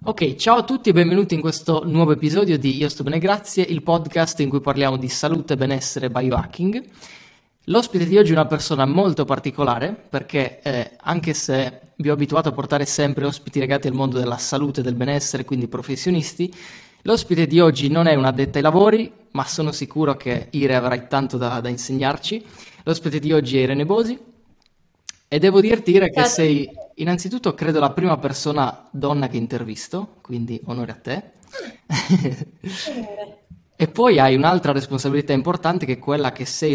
Ok, ciao a tutti e benvenuti in questo nuovo episodio di Io sto bene grazie, il podcast in cui parliamo di salute, benessere e biohacking. L'ospite di oggi è una persona molto particolare perché anche se vi ho abituato a portare sempre ospiti legati al mondo della salute e del benessere, quindi professionisti, l'ospite di oggi non è un addetto ai lavori, ma sono sicuro che Ire avrai tanto da insegnarci. L'ospite di oggi è Irene Bosi e devo dirti, Ire, che Ciao a tutti. sei innanzitutto credo la prima persona donna che intervisto, quindi onore a te. Onore. E poi hai un'altra responsabilità importante che è quella che sei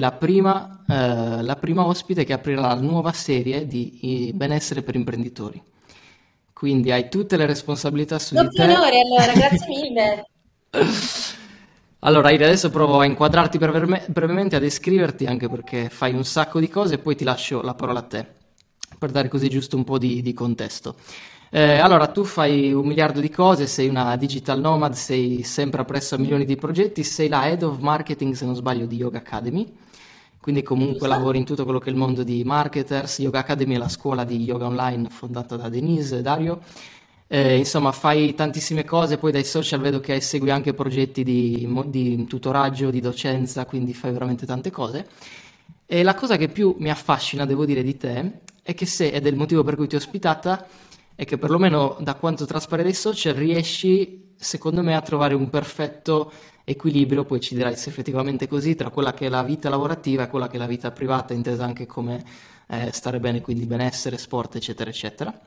la prima ospite che aprirà la nuova serie di benessere per imprenditori. Quindi hai tutte le responsabilità su di Doppio te. onore allora, grazie mille. Allora, Ira, adesso provo a inquadrarti brevemente, a descriverti, anche perché fai un sacco di cose, e poi ti lascio la parola a te, per dare così giusto un po' di contesto. Allora, tu fai un miliardo di cose, sei una digital nomad, sei sempre appresso a milioni di progetti, sei la head of marketing, se non sbaglio, di Yoga Academy, quindi comunque Giusto? lavori in tutto quello che è il mondo di marketers. Yoga Academy è la scuola di yoga online fondata da Denise e Dario. Insomma, fai tantissime cose, poi dai social vedo che segui anche progetti di tutoraggio, di docenza, quindi fai veramente tante cose. E la cosa che più mi affascina, devo dire, di te, è che se, ed è il motivo per cui ti ho ospitata, è che perlomeno da quanto traspare dai social riesci, secondo me, a trovare un perfetto equilibrio, poi ci dirai se effettivamente è così, tra quella che è la vita lavorativa e quella che è la vita privata, intesa anche come stare bene, quindi benessere, sport, eccetera, eccetera.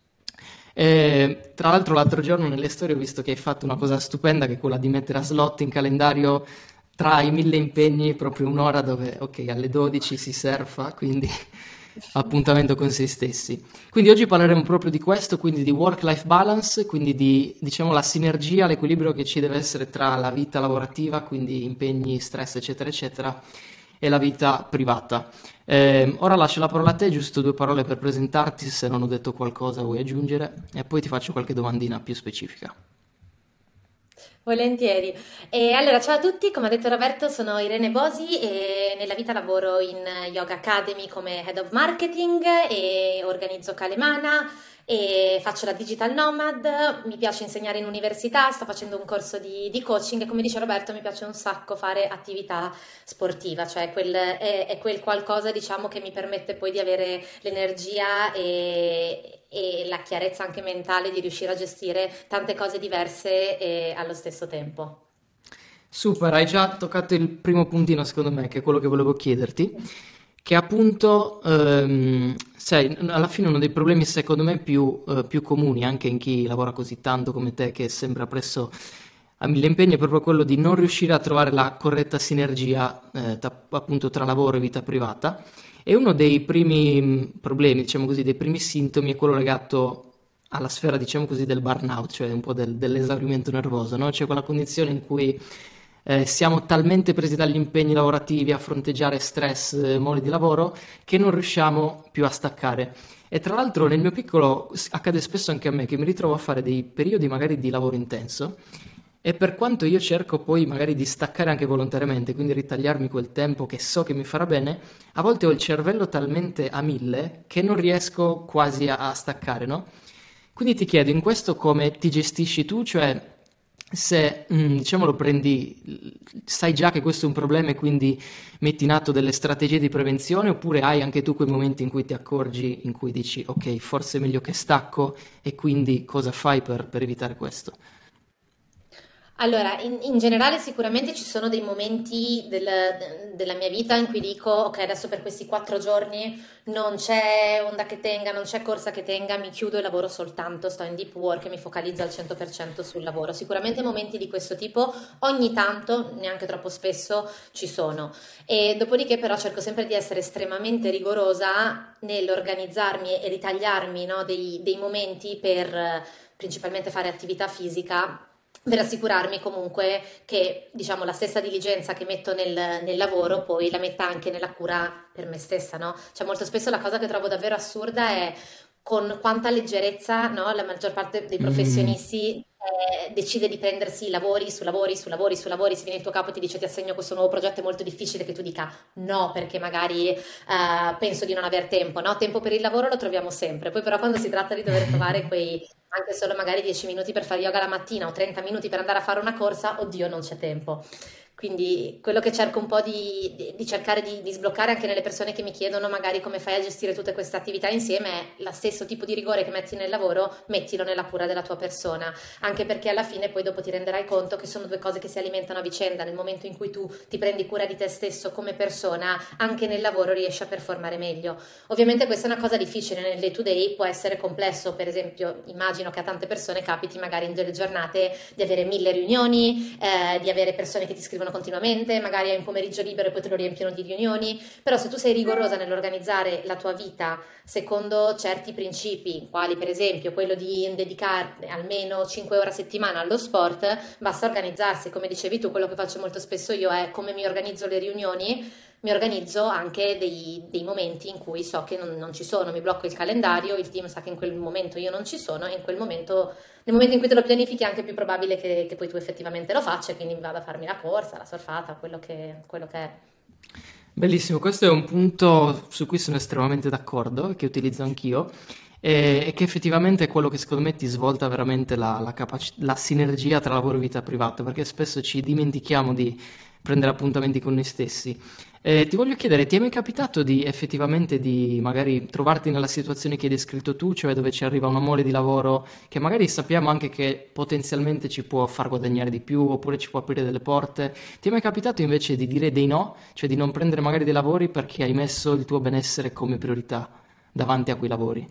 E, tra l'altro l'altro giorno nelle storie ho visto che hai fatto una cosa stupenda che è quella di mettere a slot in calendario tra i mille impegni proprio un'ora dove, ok, alle 12 si surfa, quindi appuntamento con se stessi. Quindi oggi parleremo proprio di questo, quindi di work-life balance, quindi di, diciamo, la sinergia, l'equilibrio che ci deve essere tra la vita lavorativa, quindi impegni, stress, eccetera, eccetera, e la vita privata. Ora lascio la parola a te, giusto due parole per presentarti, se non ho detto qualcosa vuoi aggiungere, e poi ti faccio qualche domandina più specifica. Volentieri. E allora, ciao a tutti, come ha detto Roberto, sono Irene Bosi e nella vita lavoro in Yoga Academy come Head of Marketing e organizzo Kalemana e faccio la Digital Nomad. Mi piace insegnare in università, sto facendo un corso di coaching e come dice Roberto mi piace un sacco fare attività sportiva, cioè è quel qualcosa, diciamo, che mi permette poi di avere l'energia e la chiarezza anche mentale di riuscire a gestire tante cose diverse allo stesso tempo. Super, hai già toccato il primo puntino secondo me, che è quello che volevo chiederti, che appunto, sai, alla fine uno dei problemi secondo me più comuni anche in chi lavora così tanto come te, che è sempre appresso a mille impegni, è proprio quello di non riuscire a trovare la corretta sinergia, appunto tra lavoro e vita privata. E uno dei primi problemi, diciamo così, dei primi sintomi è quello legato alla sfera, diciamo così, del burnout, cioè un po' dell'esaurimento nervoso, no? C'è quella condizione in cui siamo talmente presi dagli impegni lavorativi a fronteggiare stress, moli di lavoro, che non riusciamo più a staccare. E tra l'altro nel mio piccolo accade spesso anche a me che mi ritrovo a fare dei periodi magari di lavoro intenso e per quanto io cerco poi magari di staccare anche volontariamente, quindi ritagliarmi quel tempo che so che mi farà bene, a volte ho il cervello talmente a mille che non riesco quasi a staccare, no? Quindi ti chiedo, in questo come ti gestisci tu? Cioè, se diciamo lo prendi, sai già che questo è un problema e quindi metti in atto delle strategie di prevenzione, oppure hai anche tu quei momenti in cui ti accorgi, in cui dici, ok, forse è meglio che stacco, e quindi cosa fai per evitare questo? Allora, in generale sicuramente ci sono dei momenti della mia vita in cui dico, ok, adesso per questi 4 giorni non c'è onda che tenga, non c'è corsa che tenga, mi chiudo e lavoro soltanto, sto in deep work e mi focalizzo al 100% sul lavoro. Sicuramente momenti di questo tipo ogni tanto, neanche troppo spesso, ci sono. E dopodiché però cerco sempre di essere estremamente rigorosa nell'organizzarmi e ritagliarmi, no, dei momenti per principalmente fare attività fisica per assicurarmi comunque che, diciamo, la stessa diligenza che metto nel lavoro poi la metta anche nella cura per me stessa, no? Cioè molto spesso la cosa che trovo davvero assurda è con quanta leggerezza, no, la maggior parte dei Mm. professionisti decide di prendersi lavori su lavori su lavori su lavori, se viene il tuo capo e ti dice ti assegno questo nuovo progetto è molto difficile che tu dica no, perché magari penso di non aver tempo, no? Tempo per il lavoro lo troviamo sempre, poi però quando si tratta di dover trovare quei anche solo magari 10 minuti per fare yoga la mattina o 30 minuti per andare a fare una corsa, oddio, non c'è tempo. Quindi quello che cerco un po' di cercare di sbloccare anche nelle persone che mi chiedono magari come fai a gestire tutte queste attività insieme è lo stesso tipo di rigore che metti nel lavoro, mettilo nella cura della tua persona, anche perché alla fine poi dopo ti renderai conto che sono due cose che si alimentano a vicenda. Nel momento in cui tu ti prendi cura di te stesso come persona, anche nel lavoro riesci a performare meglio. Ovviamente questa è una cosa difficile nel day to day, può essere complesso, per esempio immagino che a tante persone capiti magari in delle giornate di avere 1000 riunioni, di avere persone che ti scrivono continuamente, magari hai un pomeriggio libero e poi te lo riempiono di riunioni, però se tu sei rigorosa nell'organizzare la tua vita secondo certi principi, quali per esempio quello di dedicare almeno 5 ore a settimana allo sport, basta organizzarsi, come dicevi tu, quello che faccio molto spesso io è come mi organizzo le riunioni, mi organizzo anche dei momenti in cui so che non ci sono, mi blocco il calendario, il team sa che in quel momento io non ci sono e in quel momento, nel momento in cui te lo pianifichi è anche più probabile che poi tu effettivamente lo faccia, e quindi vado a farmi la corsa, la surfata, quello che è. Bellissimo, questo è un punto su cui sono estremamente d'accordo, che utilizzo anch'io, e che effettivamente è quello che secondo me ti svolta veramente la sinergia tra lavoro e vita privata, perché spesso ci dimentichiamo di prendere appuntamenti con noi stessi. Ti voglio chiedere, ti è mai capitato di effettivamente di magari trovarti nella situazione che hai descritto tu, cioè dove ci arriva una mole di lavoro che magari sappiamo anche che potenzialmente ci può far guadagnare di più oppure ci può aprire delle porte? Ti è mai capitato invece di dire dei no, cioè di non prendere magari dei lavori perché hai messo il tuo benessere come priorità davanti a quei lavori?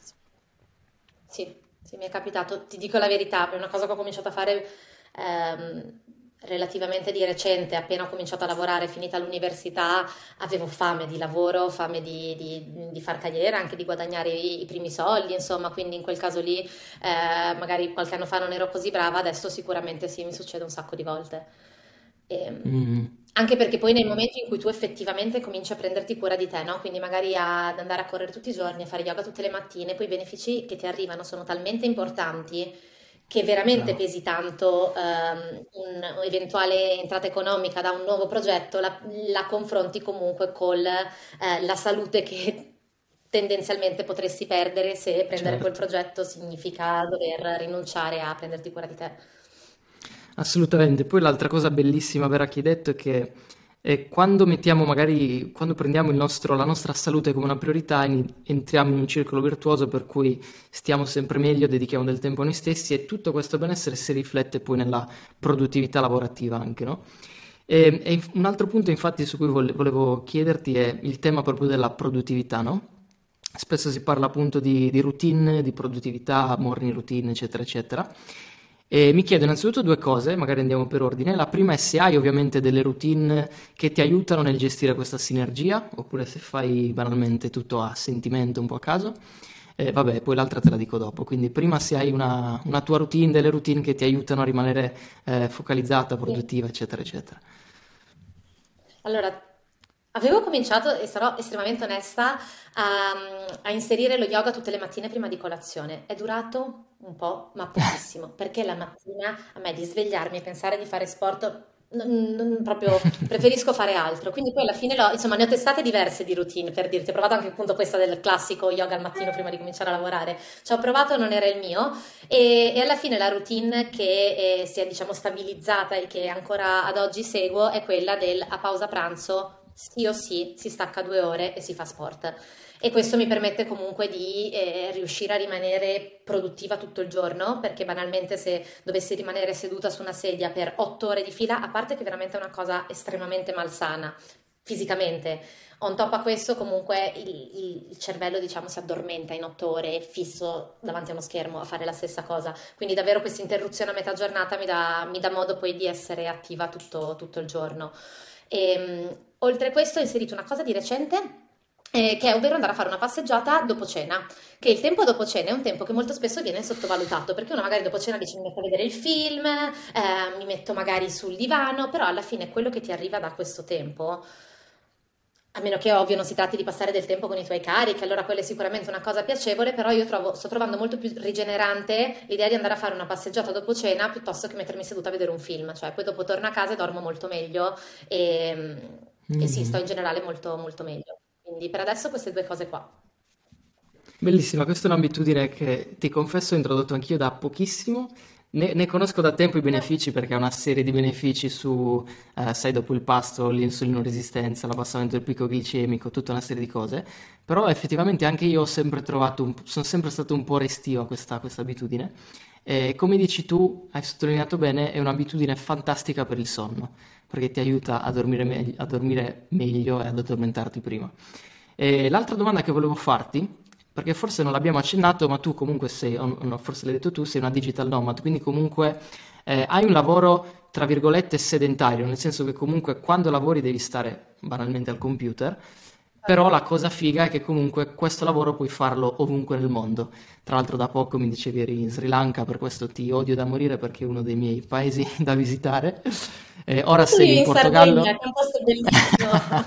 Sì, sì, mi è capitato, ti dico la verità, è una cosa che ho cominciato a fare ehm, relativamente di recente, appena ho cominciato a lavorare, finita l'università, avevo fame di lavoro, fame di far carriera, anche di guadagnare i primi soldi, insomma, quindi in quel caso lì, magari qualche anno fa non ero così brava, adesso sicuramente sì, mi succede un sacco di volte. Mm, Anche perché poi nei momenti in cui tu effettivamente cominci a prenderti cura di te, no? Quindi magari ad andare a correre tutti i giorni, a fare yoga tutte le mattine, poi i benefici che ti arrivano sono talmente importanti che veramente bravo, pesi tanto un'eventuale entrata economica da un nuovo progetto, la confronti comunque con la salute che tendenzialmente potresti perdere se prendere quel certo. progetto significa dover rinunciare a prenderti cura di te. Assolutamente. Poi l'altra cosa bellissima, vera, che hai detto è che quando mettiamo magari, quando prendiamo la nostra salute come una priorità, entriamo in un circolo virtuoso per cui stiamo sempre meglio, dedichiamo del tempo a noi stessi e tutto questo benessere si riflette poi nella produttività lavorativa anche, no? Un altro punto infatti su cui volevo chiederti è il tema proprio della produttività, no? Spesso si parla appunto di routine, di produttività, morning routine, eccetera, eccetera. E mi chiedo innanzitutto due cose, magari andiamo per ordine. La prima è se hai ovviamente delle routine che ti aiutano nel gestire questa sinergia, oppure se fai banalmente tutto a sentimento, un po' a caso. E vabbè, poi l'altra te la dico dopo. Quindi prima se hai una tua routine, delle routine che ti aiutano a rimanere focalizzata, Sì. produttiva, eccetera, eccetera. Allora, avevo cominciato, e sarò estremamente onesta, a inserire lo yoga tutte le mattine prima di colazione. È durato un po', ma pochissimo, perché la mattina a me di svegliarmi e pensare di fare sport, proprio preferisco fare altro. Quindi poi alla fine, insomma, ne ho testate diverse di routine, per dirti. Ho provato anche appunto questa del classico yoga al mattino prima di cominciare a lavorare. Ci ho provato, non era il mio. E alla fine la routine che si è, diciamo, stabilizzata e che ancora ad oggi seguo è quella del a pausa pranzo sì o sì si stacca 2 ore e si fa sport. E questo mi permette comunque di riuscire a rimanere produttiva tutto il giorno, perché banalmente se dovessi rimanere seduta su una sedia per 8 ore di fila, a parte che veramente è una cosa estremamente malsana fisicamente, on top a questo comunque il cervello diciamo si addormenta in 8 ore fisso davanti a uno schermo a fare la stessa cosa, quindi davvero questa interruzione a metà giornata mi dà modo poi di essere attiva tutto il giorno. Oltre a questo ho inserito una cosa di recente, che è ovvero andare a fare una passeggiata dopo cena, che il tempo dopo cena è un tempo che molto spesso viene sottovalutato, perché uno magari dopo cena dice mi metto a vedere il film, mi metto magari sul divano, però alla fine quello che ti arriva da questo tempo, a meno che ovvio non si tratti di passare del tempo con i tuoi cari, che allora quella è sicuramente una cosa piacevole, però sto trovando molto più rigenerante l'idea di andare a fare una passeggiata dopo cena piuttosto che mettermi seduta a vedere un film, cioè poi dopo torno a casa e dormo molto meglio e sì, sto Mhm. in generale molto, molto meglio. Quindi per adesso queste due cose qua. Bellissima, questa è un'abitudine che ti confesso ho introdotto anch'io da pochissimo. Ne conosco da tempo i benefici perché ha una serie di benefici su, sai, dopo il pasto, l'insulino resistenza, l'abbassamento del picco glicemico, tutta una serie di cose. Però effettivamente anche io ho sempre trovato, sono sempre stato un po' restio a questa abitudine. E come dici tu, hai sottolineato bene, è un'abitudine fantastica per il sonno, perché ti aiuta a dormire meglio e ad addormentarti prima. E l'altra domanda che volevo farti, perché forse non l'abbiamo accennato, ma tu comunque sei, o no, forse l'hai detto tu, sei una digital nomad, quindi comunque hai un lavoro, tra virgolette, sedentario, nel senso che comunque quando lavori devi stare banalmente al computer, però la cosa figa è che comunque questo lavoro puoi farlo ovunque nel mondo. Tra l'altro da poco mi dicevi eri in Sri Lanka, per questo ti odio da morire perché è uno dei miei paesi da visitare. Ora Tu sei vivi in in Sardegna, Portogallo. che è un posto bellissimo.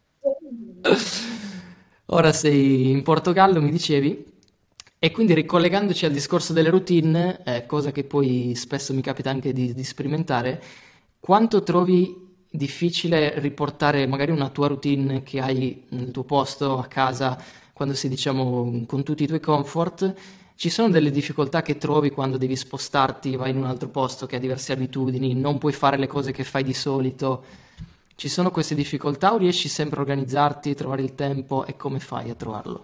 Ora sei in Portogallo, mi dicevi, e quindi ricollegandoci al discorso delle routine, cosa che poi spesso mi capita anche di sperimentare, quanto trovi difficile riportare magari una tua routine che hai nel tuo posto, a casa, quando sei, diciamo, con tutti i tuoi comfort? Ci sono delle difficoltà che trovi quando devi spostarti, vai in un altro posto che ha diverse abitudini, non puoi fare le cose che fai di solito? Ci sono queste difficoltà o riesci sempre a organizzarti, trovare il tempo e come fai a trovarlo?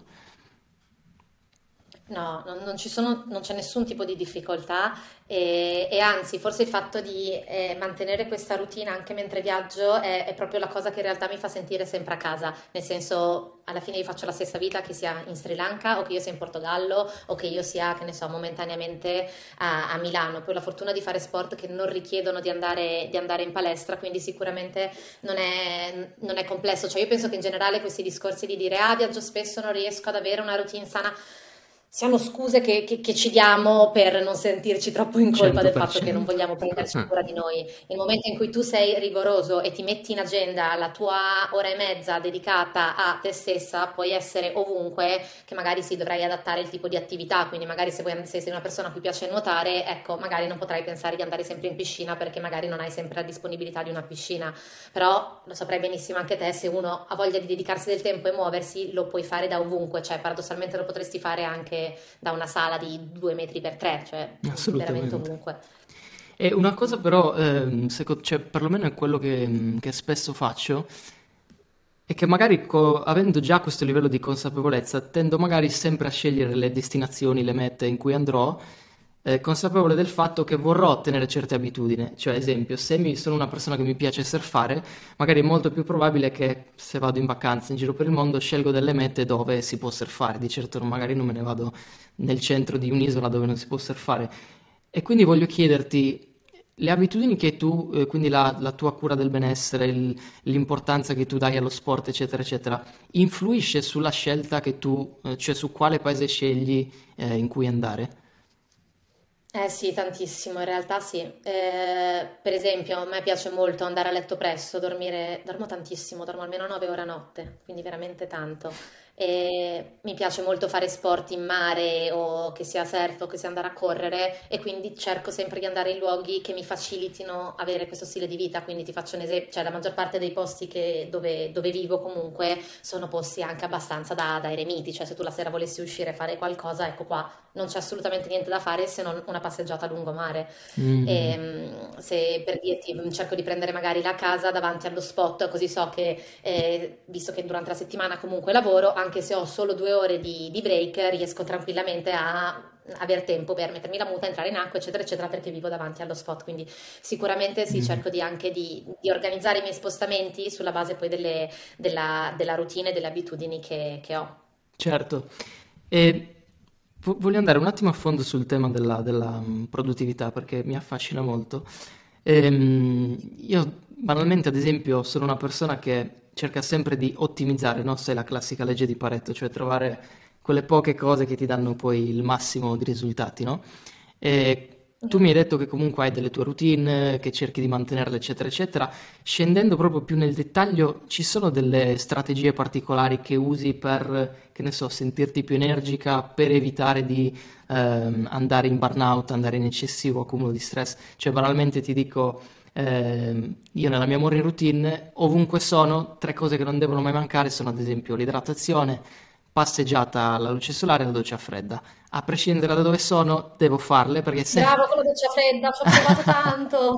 No, non ci sono, non c'è nessun tipo di difficoltà e anzi, forse il fatto di mantenere questa routine anche mentre viaggio è proprio la cosa che in realtà mi fa sentire sempre a casa, nel senso, alla fine io faccio la stessa vita che sia in Sri Lanka o che io sia in Portogallo o che io sia, che ne so, momentaneamente a Milano. Poi ho la fortuna di fare sport che non richiedono di andare in palestra, quindi sicuramente non è complesso. Cioè io penso che in generale questi discorsi di dire ah, viaggio spesso, non riesco ad avere una routine sana siano scuse che ci diamo per non sentirci troppo in colpa del fatto che non 100%. vogliamo prenderci cura di noi. Il momento in cui tu sei rigoroso e ti metti in agenda la tua ora e mezza dedicata a te stessa, puoi essere ovunque, che magari si dovrai adattare il tipo di attività, quindi magari se sei una persona a cui piace nuotare, ecco, magari non potrai pensare di andare sempre in piscina perché magari non hai sempre la disponibilità di una piscina, però lo saprai benissimo anche te, se uno ha voglia di dedicarsi del tempo e muoversi, lo puoi fare da ovunque, cioè paradossalmente lo potresti fare anche da una sala di 2 metri per 3, cioè veramente Assolutamente. ovunque. E una cosa però, cioè, perlomeno è quello che spesso faccio, è che magari avendo già questo livello di consapevolezza, tendo magari sempre a scegliere le destinazioni, le mete in cui andrò, consapevole del fatto che vorrò ottenere certe abitudini. Cioè, ad esempio, se sono una persona che mi piace surfare, magari è molto più probabile che se vado in vacanza in giro per il mondo scelgo delle mete dove si può surfare. Di certo magari non me ne vado nel centro di un'isola dove non si può surfare. E quindi voglio chiederti, le abitudini che tu, quindi la tua cura del benessere, l'importanza che tu dai allo sport, eccetera, eccetera, influisce sulla scelta che tu, cioè su quale paese scegli, in cui andare? Eh sì, tantissimo, in realtà sì. Per esempio, a me piace molto andare a letto presto, dormo tantissimo, dormo almeno 9 ore a notte, quindi veramente tanto. E mi piace molto fare sport in mare o che sia surf o che sia andare a correre e quindi cerco sempre di andare in luoghi che mi facilitino avere questo stile di vita. Quindi ti faccio un esempio, cioè la maggior parte dei posti dove vivo comunque sono posti anche abbastanza da eremiti, cioè se tu la sera volessi uscire e fare qualcosa, ecco qua non c'è assolutamente niente da fare se non una passeggiata a lungomare. Mm. Se per dirti cerco di prendere magari la casa davanti allo spot, così so che, visto che durante la settimana comunque lavoro, anche se ho solo 2 ore di break, riesco tranquillamente a aver tempo per mettermi la muta, entrare in acqua, eccetera, eccetera, perché vivo davanti allo spot. Quindi sicuramente sì, Mm. cerco anche di organizzare i miei spostamenti sulla base poi della routine e delle abitudini che ho. Certo. E voglio andare un attimo a fondo sul tema della produttività perché mi affascina molto. Io banalmente, ad esempio, sono una persona che cerca sempre di ottimizzare, no? Sai, la classica legge di Pareto, cioè trovare quelle poche cose che ti danno poi il massimo di risultati, no? E tu mi hai detto che comunque hai delle tue routine, che cerchi di mantenerle, eccetera, eccetera. Scendendo proprio più nel dettaglio, ci sono delle strategie particolari che usi per, che ne so, sentirti più energica, per evitare di andare in burnout, andare in eccessivo accumulo di stress? Cioè, banalmente ti dico, io nella mia morning routine, ovunque sono, tre cose che non devono mai mancare sono ad esempio l'idratazione, passeggiata alla luce solare e la doccia fredda. A prescindere da dove sono, devo farle perché se... Bravo con la doccia fredda, ci ho provato tanto.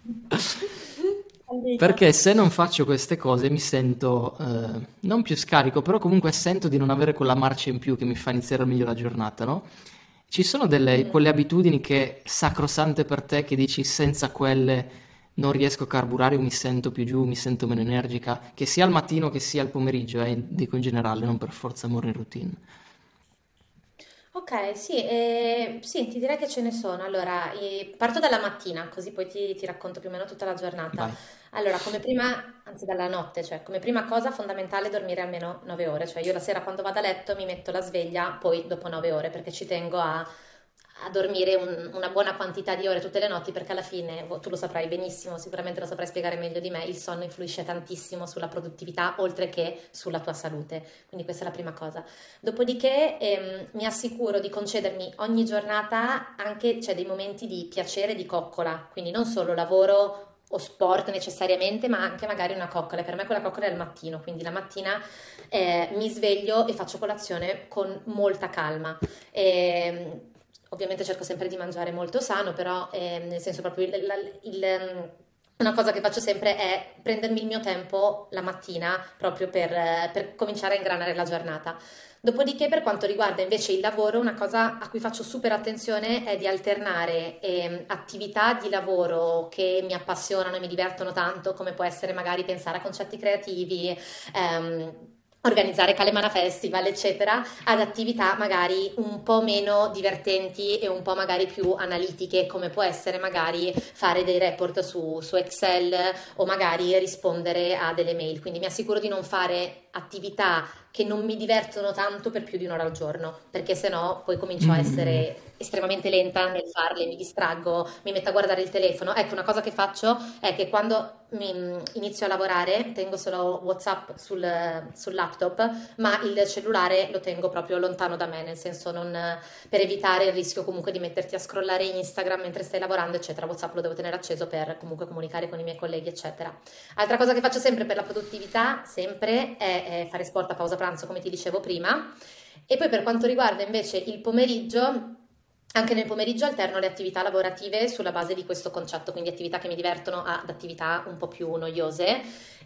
Fallita. Perché se non faccio queste cose mi sento non più scarico, però comunque sento di non avere quella marcia in più che mi fa iniziare al meglio la giornata, no? Ci sono Mm. quelle abitudini che sacrosante per te che dici senza quelle non riesco a carburare o mi sento più giù, mi sento meno energica, che sia al mattino che sia al pomeriggio, dico in generale, non per forza morning routine. Ok, sì, sì, ti direi che ce ne sono. Allora, parto dalla mattina, così poi ti racconto più o meno tutta la giornata. Vai. Allora, come prima, anzi dalla notte, cioè come prima cosa fondamentale dormire almeno 9 ore. Cioè io la sera quando vado a letto mi metto la sveglia poi dopo 9 ore perché ci tengo a dormire una buona quantità di ore tutte le notti perché alla fine, tu lo saprai benissimo, sicuramente lo saprai spiegare meglio di me, il sonno influisce tantissimo sulla produttività oltre che sulla tua salute. Quindi questa è la prima cosa. Dopodiché mi assicuro di concedermi ogni giornata anche cioè, dei momenti di piacere, di coccola, quindi non solo lavoro o sport necessariamente, ma anche magari una coccola. Per me quella coccola è al mattino, quindi la mattina mi sveglio e faccio colazione con molta calma. Ovviamente cerco sempre di mangiare molto sano, però nel senso proprio una cosa che faccio sempre è prendermi il mio tempo la mattina proprio per cominciare a ingranare la giornata. Dopodiché, per quanto riguarda invece il lavoro, una cosa a cui faccio super attenzione è di alternare attività di lavoro che mi appassionano e mi divertono tanto, come può essere magari pensare a concetti creativi, organizzare Calemana Festival, eccetera, ad attività magari un po' meno divertenti e un po' magari più analitiche, come può essere magari fare dei report su Excel o magari rispondere a delle mail. Quindi mi assicuro di non fare attività che non mi divertono tanto per più di un'ora al giorno, perché sennò poi comincio a Mm. essere estremamente lenta nel farle, mi distraggo, mi metto a guardare il telefono. Ecco, una cosa che faccio è che quando inizio a lavorare tengo solo WhatsApp sul laptop, ma il cellulare lo tengo proprio lontano da me, nel senso non, per evitare il rischio comunque di metterti a scrollare Instagram mentre stai lavorando, eccetera. WhatsApp lo devo tenere acceso per comunque comunicare con i miei colleghi, eccetera. Altra cosa che faccio sempre per la produttività, sempre, è fare sport a pausa pranzo, come ti dicevo prima. E poi per quanto riguarda invece il pomeriggio, anche nel pomeriggio alterno le attività lavorative sulla base di questo concetto, quindi attività che mi divertono ad attività un po' più noiose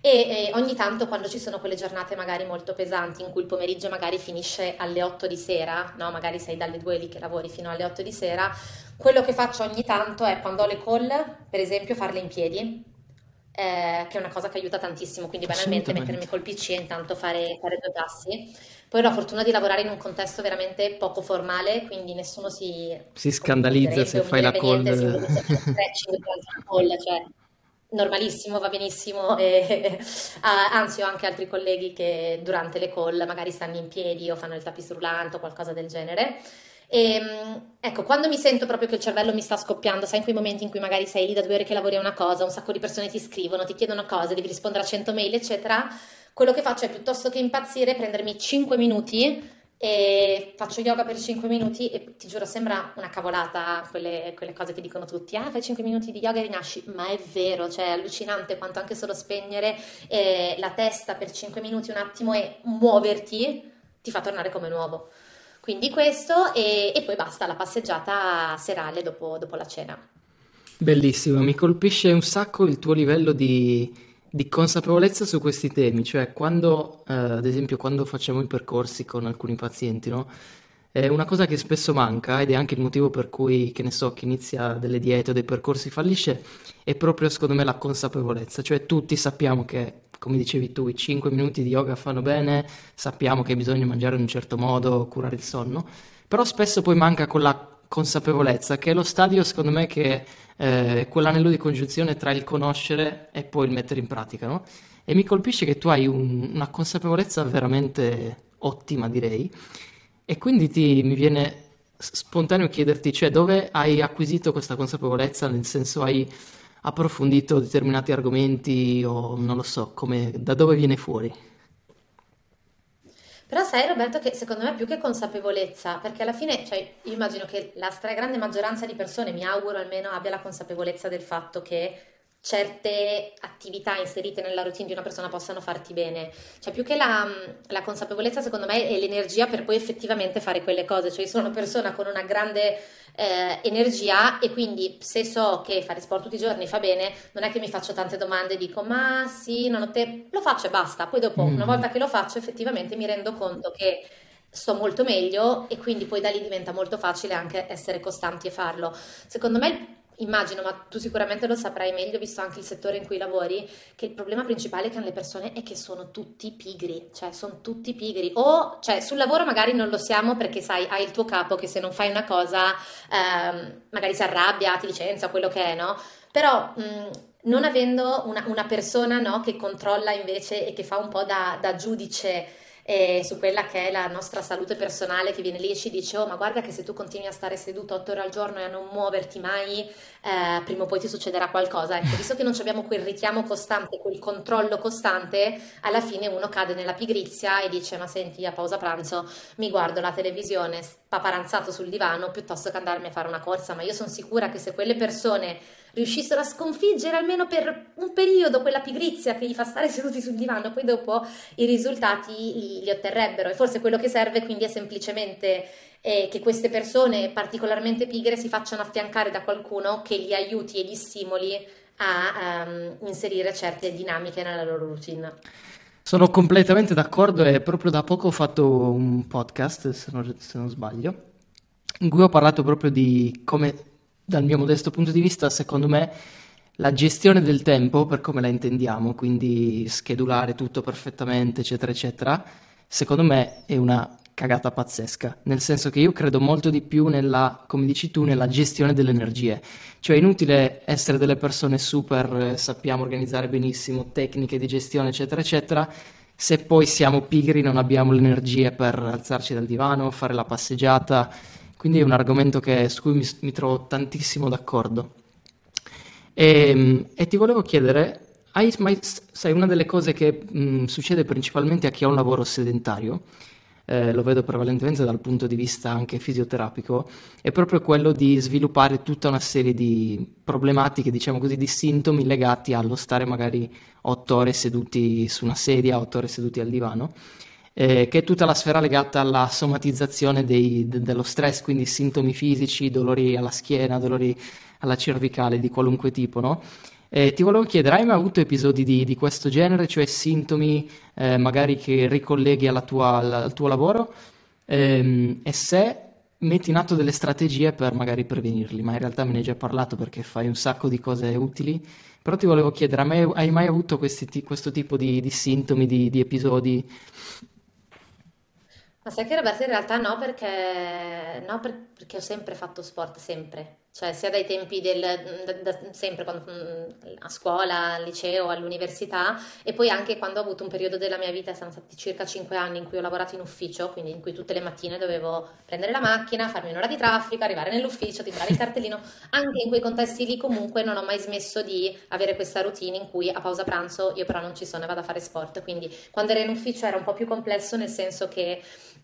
e ogni tanto quando ci sono quelle giornate magari molto pesanti in cui il pomeriggio magari finisce alle 8 di sera, no? Magari sei dalle 2 lì che lavori fino alle 8 di sera, quello che faccio ogni tanto è quando ho le call, per esempio, farle in piedi, che è una cosa che aiuta tantissimo, quindi banalmente Assolutamente. mettermi col PC e intanto fare due passi. Poi ho la fortuna di lavorare in un contesto veramente poco formale, quindi nessuno si Si scandalizza offenderebbe se o mi fai la direbbe call. niente se io dicessi uno stretching durante una call, cioè normalissimo, va benissimo. E, anzi, ho anche altri colleghi che durante le call magari stanno in piedi o fanno il tapis roulant o qualcosa del genere. E, ecco, quando mi sento proprio che il cervello mi sta scoppiando, sai, in quei momenti in cui magari sei lì da 2 ore che lavori a una cosa, un sacco di persone ti scrivono, ti chiedono cose, devi rispondere a 100 mail, eccetera, quello che faccio è piuttosto che impazzire, prendermi 5 minuti e faccio yoga per 5 minuti e ti giuro, sembra una cavolata quelle cose che dicono tutti, ah, fai 5 minuti di yoga e rinasci, ma è vero, cioè è allucinante quanto anche solo spegnere la testa per 5 minuti un attimo e muoverti ti fa tornare come nuovo. Quindi questo e poi basta la passeggiata serale dopo la cena. Bellissimo, mi colpisce un sacco il tuo livello di consapevolezza su questi temi, cioè quando, ad esempio, quando facciamo i percorsi con alcuni pazienti, no? È una cosa che spesso manca ed è anche il motivo per cui, che ne so, chi inizia delle diete o dei percorsi fallisce, è proprio secondo me la consapevolezza, cioè tutti sappiamo che, come dicevi tu, i 5 minuti di yoga fanno bene, sappiamo che bisogna mangiare in un certo modo, curare il sonno, però spesso poi manca quella consapevolezza, che è lo stadio, secondo me, che è quell'anello di congiunzione tra il conoscere e poi il mettere in pratica, no? E mi colpisce che tu hai una consapevolezza veramente ottima, direi, e quindi mi viene spontaneo chiederti, cioè, dove hai acquisito questa consapevolezza, nel senso hai approfondito determinati argomenti o non lo so, da dove viene fuori? Però sai Roberto che secondo me più che consapevolezza, perché alla fine, cioè, io immagino che la stragrande maggioranza di persone, mi auguro almeno, abbia la consapevolezza del fatto che certe attività inserite nella routine di una persona possano farti bene. Cioè, più che la consapevolezza, secondo me, è l'energia per poi effettivamente fare quelle cose. Cioè, io sono una persona con una grande energia e quindi se so che fare sport tutti i giorni fa bene, non è che mi faccio tante domande e dico ma sì, non ho te, lo faccio e basta. Poi dopo, una Mm. volta che lo faccio, effettivamente mi rendo conto che sto molto meglio e quindi poi da lì diventa molto facile anche essere costanti e farlo. Secondo me, immagino, ma tu sicuramente lo saprai meglio, visto anche il settore in cui lavori, che il problema principale che hanno le persone è che sono tutti pigri, cioè sono tutti pigri. O, cioè, sul lavoro magari non lo siamo perché sai, hai il tuo capo che se non fai una cosa, magari si arrabbia, ti licenzia, quello che è, no? Però, non avendo una persona, no, che controlla invece e che fa un po' da giudice su quella che è la nostra salute personale, che viene lì e ci dice: oh, ma guarda che se tu continui a stare seduto 8 ore al giorno e a non muoverti mai, prima o poi ti succederà qualcosa. Ecco, visto che non abbiamo quel richiamo costante, quel controllo costante, alla fine uno cade nella pigrizia e dice: ma senti, a pausa pranzo mi guardo la televisione paparanzato sul divano piuttosto che andarmi a fare una corsa. Ma io sono sicura che se quelle persone riuscissero a sconfiggere almeno per un periodo quella pigrizia che gli fa stare seduti sul divano, poi dopo i risultati li otterrebbero. E forse quello che serve quindi è semplicemente che queste persone particolarmente pigre si facciano affiancare da qualcuno che li aiuti e li stimoli a inserire certe dinamiche nella loro routine. Sono completamente d'accordo e proprio da poco ho fatto un podcast, se non sbaglio, in cui ho parlato proprio di come, dal mio modesto punto di vista, secondo me, la gestione del tempo, per come la intendiamo, quindi schedulare tutto perfettamente, eccetera, eccetera, secondo me è una cagata pazzesca, nel senso che io credo molto di più nella, come dici tu, nella gestione delle energie. Cioè è inutile essere delle persone super, sappiamo organizzare benissimo, tecniche di gestione, eccetera, eccetera, se poi siamo pigri, non abbiamo le energie per alzarci dal divano, fare la passeggiata. Quindi è un argomento su cui mi trovo tantissimo d'accordo. E ti volevo chiedere, sai, una delle cose che succede principalmente a chi ha un lavoro sedentario, lo vedo prevalentemente dal punto di vista anche fisioterapico, è proprio quello di sviluppare tutta una serie di problematiche, diciamo così, di sintomi legati allo stare magari 8 ore seduti su una sedia, 8 ore seduti al divano, che è tutta la sfera legata alla somatizzazione dello stress, quindi sintomi fisici, dolori alla schiena, dolori alla cervicale di qualunque tipo, no? Ti volevo chiedere, hai mai avuto episodi di questo genere, cioè sintomi magari che ricolleghi al tuo lavoro? E se metti in atto delle strategie per magari prevenirli, ma in realtà me ne hai già parlato perché fai un sacco di cose utili, però ti volevo chiedere, hai mai avuto questo tipo di sintomi, di episodi? Ma sai che Roberta in realtà no, perché, no, perché ho sempre fatto sport, sempre. Cioè, sia dai tempi sempre, a scuola, al liceo, all'università, e poi anche quando ho avuto un periodo della mia vita, sono stati circa 5 anni in cui ho lavorato in ufficio, quindi in cui tutte le mattine dovevo prendere la macchina, farmi un'ora di traffico, arrivare nell'ufficio, timbrare il cartellino. Anche in quei contesti lì comunque non ho mai smesso di avere questa routine in cui a pausa pranzo io però non ci sono e vado a fare sport. Quindi quando ero in ufficio era un po' più complesso, nel senso che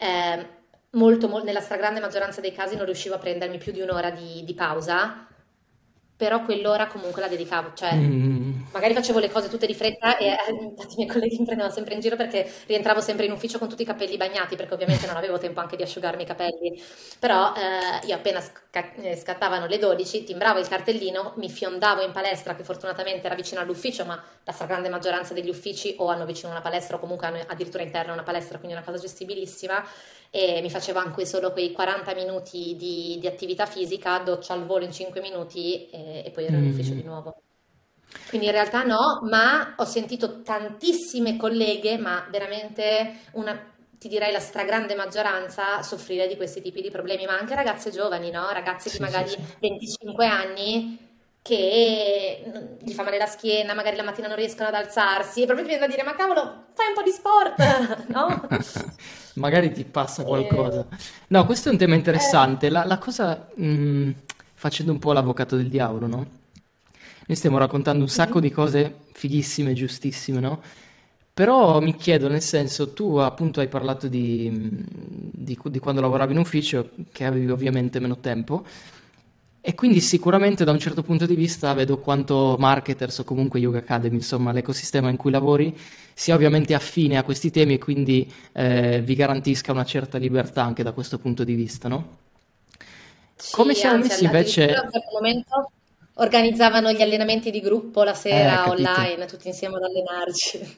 nella stragrande maggioranza dei casi non riuscivo a prendermi più di un'ora di pausa, però quell'ora comunque la dedicavo, cioè Mm. magari facevo le cose tutte di fretta e infatti i miei colleghi mi prendevano sempre in giro perché rientravo sempre in ufficio con tutti i capelli bagnati, perché ovviamente non avevo tempo anche di asciugarmi i capelli, però io appena scattavano le 12 timbravo il cartellino, mi fiondavo in palestra che fortunatamente era vicino all'ufficio, ma la stragrande maggioranza degli uffici o hanno vicino una palestra o comunque hanno addirittura interna una palestra, quindi una cosa gestibilissima, e mi facevo anche solo quei 40 minuti di attività fisica, doccia al volo in 5 minuti e poi ero in ufficio Mm. di nuovo. Quindi in realtà no, ma ho sentito tantissime colleghe, ma veramente ti direi la stragrande maggioranza, soffrire di questi tipi di problemi, ma anche ragazze giovani, no? Ragazze di Sì, sì, magari sì. 25 anni che gli fa male la schiena, magari la mattina non riescono ad alzarsi, e proprio ti viene da dire, ma cavolo, fai un po' di sport, no? Magari ti passa Eh, qualcosa. No, questo è un tema eh, interessante. La cosa, facendo un po' l'avvocato del diavolo, no? Noi stiamo raccontando un sacco mhm. di cose fighissime, giustissime, no? Però mi chiedo, nel senso, tu appunto hai parlato di quando lavoravi in ufficio, che avevi ovviamente meno tempo, E quindi sicuramente da un certo punto di vista vedo quanto marketers o comunque Yoga Academy, insomma l'ecosistema in cui lavori, sia ovviamente affine a questi temi e quindi vi garantisca una certa libertà anche da questo punto di vista, no? Come Sì, siamo anzi, messi addirittura a invece? un certo momento organizzavano gli allenamenti di gruppo la sera Capito. online, tutti insieme ad allenarci.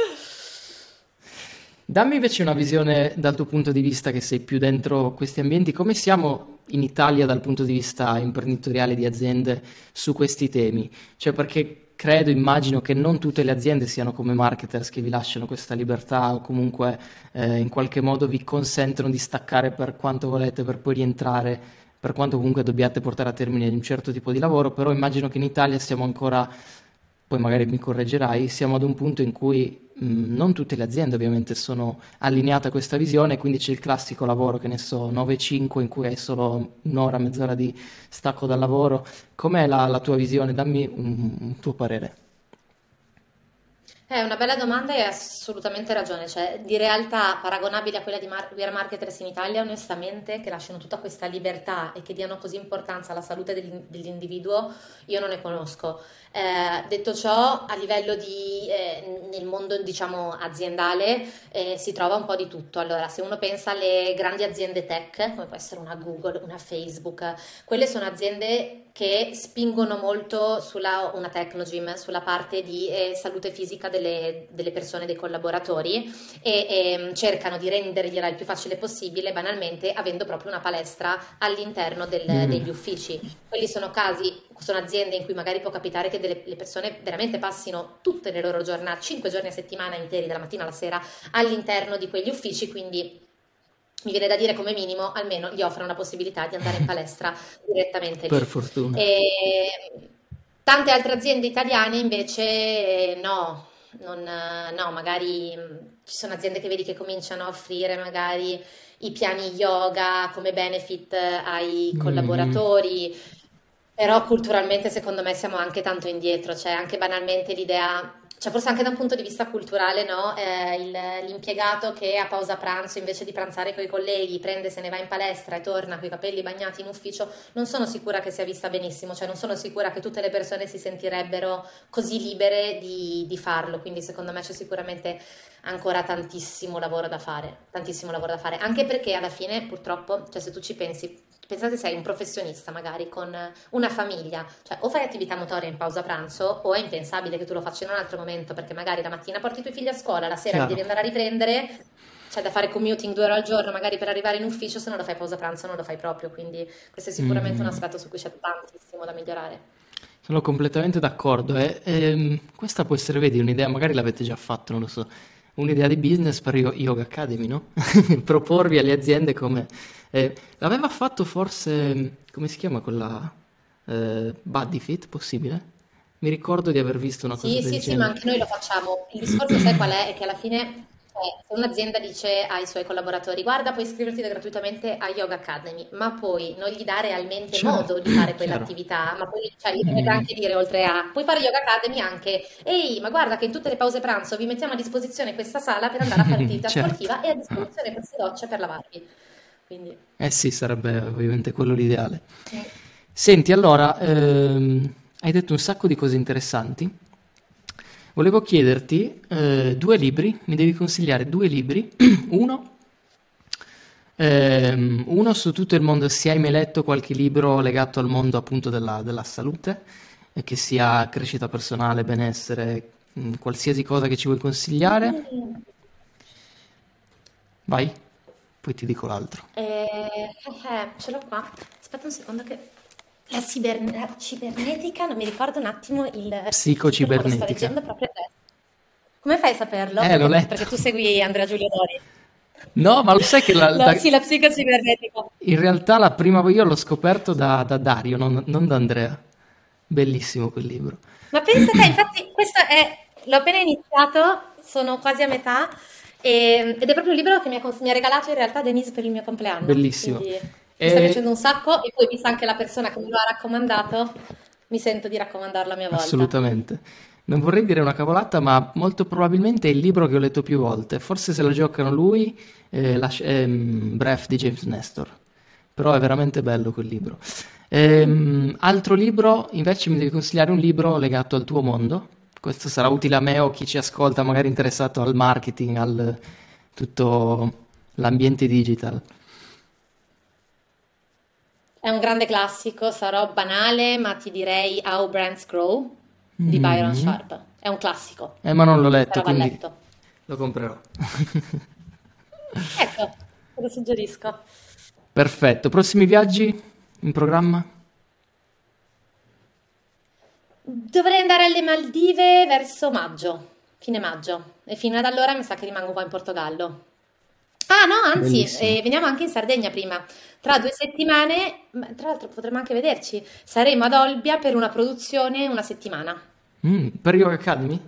Dammi invece una visione dal tuo punto di vista che sei più dentro questi ambienti, come siamo in Italia dal punto di vista imprenditoriale di aziende su questi temi? Cioè perché credo, immagino che non tutte le aziende siano come marketers che vi lasciano questa libertà o comunque in qualche modo vi consentono di staccare per quanto volete per poi rientrare, per quanto comunque dobbiate portare a termine un certo tipo di lavoro, però immagino che in Italia siamo ancora, poi magari mi correggerai, siamo ad un punto in cui non tutte le aziende ovviamente sono allineate a questa visione, quindi c'è il classico lavoro, che ne so, 9-5 in cui hai solo un'ora, mezz'ora di stacco dal lavoro. Com'è la tua visione? Dammi un tuo parere. È una bella domanda e hai assolutamente ragione, cioè di realtà paragonabile a quella di Wear Marketers in Italia, onestamente, che lasciano tutta questa libertà e che diano così importanza alla salute dell'individuo, io non ne conosco. Detto ciò, a livello nel mondo, diciamo, aziendale, si trova un po' di tutto. Allora, se uno pensa alle grandi aziende tech, come può essere una Google, una Facebook, quelle sono aziende che spingono molto sulla una Technogym, sulla parte di salute fisica delle persone, dei collaboratori e cercano di rendergliela il più facile possibile, banalmente avendo proprio una palestra all'interno Mm, degli uffici. Quelli sono casi, sono aziende in cui magari può capitare che le persone veramente passino tutte le loro giornate, 5 giorni a settimana interi, dalla mattina alla sera, all'interno di quegli uffici, quindi mi viene da dire come minimo, almeno gli offrono la possibilità di andare in palestra direttamente per lì. fortuna. E tante altre aziende italiane invece no, no, magari ci sono aziende che vedi che cominciano a offrire magari i piani yoga come benefit ai Mhm. collaboratori, però culturalmente secondo me siamo anche tanto indietro, cioè anche banalmente l'idea, cioè forse anche da un punto di vista culturale, no? L'impiegato che a pausa pranzo invece di pranzare con i colleghi prende, se ne va in palestra e torna con i capelli bagnati in ufficio, non sono sicura che sia vista benissimo, cioè non sono sicura che tutte le persone si sentirebbero così libere di farlo, quindi secondo me c'è sicuramente ancora tantissimo lavoro da fare, anche perché alla fine purtroppo, cioè se tu ci pensi, pensate sei un professionista magari con una famiglia, cioè o fai attività motoria in pausa pranzo o è impensabile che tu lo faccia in un altro momento perché magari la mattina porti i tuoi figli a scuola, la sera li Chiaro. devi andare a riprendere, c'è da fare commuting 2 ore al giorno magari per arrivare in ufficio, se non lo fai pausa pranzo non lo fai proprio, quindi questo è sicuramente un Mhm. aspetto su cui c'è tantissimo da migliorare. Sono completamente d'accordo. Questa può essere, vedi, un'idea, magari l'avete già fatto, non lo so, un'idea di business per Yoga Academy, no? Proporvi alle aziende come... l'aveva fatto forse, come si chiama quella... Body Fit, possibile? Mi ricordo di aver visto una cosa Sì, del sì, sì, ma genere. anche noi lo facciamo. Il discorso, sai qual è? È che alla fine, se un'azienda dice ai suoi collaboratori, guarda, puoi iscriverti gratuitamente a Yoga Academy, ma poi non gli dà realmente Cioè, modo di fare chiaro. quell'attività, ma poi cioè, gli dovrebbe Mm, anche dire, oltre a, puoi fare Yoga Academy anche, ehi, ma guarda che in tutte le pause pranzo vi mettiamo a disposizione questa sala per andare a fare attività certo. sportiva e a disposizione queste docce per lavarvi. Quindi, Eh sì, sarebbe ovviamente quello l'ideale. mm. Senti, allora, hai detto un sacco di cose interessanti. Volevo chiederti due libri, mi devi consigliare due libri. Uno, uno su tutto il mondo, se hai mai letto qualche libro legato al mondo appunto della salute, che sia crescita personale, benessere, qualsiasi cosa che ci vuoi consigliare, Mm. vai, poi ti dico l'altro. Ce l'ho qua. Aspetta un secondo che... la cibernetica, non mi ricordo un attimo il titolo, ma lo sto Psicocibernetica. leggendo proprio adesso. Come fai a saperlo? L'ho Perché tu letto. segui Andrea Giulio Dori. No, ma lo sai che Sì, la psicocibernetica. in realtà la prima io l'ho scoperto da Dario, non da Andrea. Bellissimo quel libro. Ma pensa te, infatti, l'ho appena iniziato, sono quasi a metà, ed è proprio un libro che mi ha regalato in realtà Denise per il mio compleanno, Bellissimo. quindi mi sta piacendo E un sacco e poi, vista anche la persona che me lo ha raccomandato, mi sento di raccomandarlo a mia volta. assolutamente. Non vorrei dire una cavolata, ma molto probabilmente è il libro che ho letto più volte. Forse se lo giocano lui, Breath di James Nestor. Però è veramente bello quel libro. Altro libro, invece mi devi consigliare un libro legato al tuo mondo. Questo sarà utile a me o chi ci ascolta, magari interessato al marketing, al tutto l'ambiente digital. È un grande classico, sarò banale, ma ti direi How Brands Grow di Byron Mm. Sharp. È un classico, Ma non l'ho letto, però va quindi letto. lo comprerò. Ecco, te lo suggerisco. Perfetto. Prossimi viaggi in programma? Dovrei andare alle Maldive verso maggio, fine maggio, e fino ad allora mi sa che rimango qua in Portogallo. Ah no, anzi, Bellissimo. veniamo anche in Sardegna prima. Tra 2 settimane, tra l'altro potremmo anche vederci, saremo ad Olbia per una produzione una settimana. Per Yoga Academy?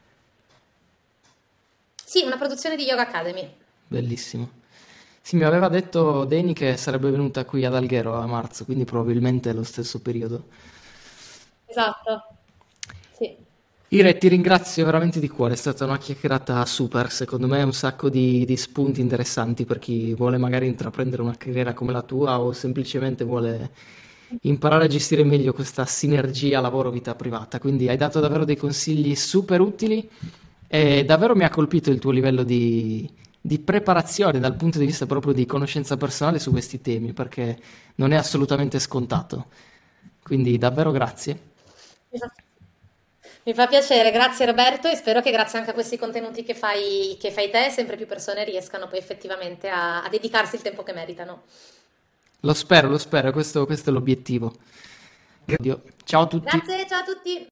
Sì, una produzione di Yoga Academy. Bellissimo. Sì, mi aveva detto Deni che sarebbe venuta qui ad Alghero a marzo, quindi probabilmente è lo stesso periodo. Esatto, sì. Ire, ti ringrazio veramente di cuore, è stata una chiacchierata super, secondo me un sacco di spunti interessanti per chi vuole magari intraprendere una carriera come la tua o semplicemente vuole imparare a gestire meglio questa sinergia lavoro-vita privata. Quindi hai dato davvero dei consigli super utili e davvero mi ha colpito il tuo livello di preparazione dal punto di vista proprio di conoscenza personale su questi temi, perché non è assolutamente scontato. Quindi davvero grazie. Mi fa, mi fa piacere, grazie Roberto e spero che grazie anche a questi contenuti che fai te, sempre più persone riescano poi effettivamente a dedicarsi il tempo che meritano. Lo spero, questo è l'obiettivo. Ciao a tutti. Grazie, ciao a tutti!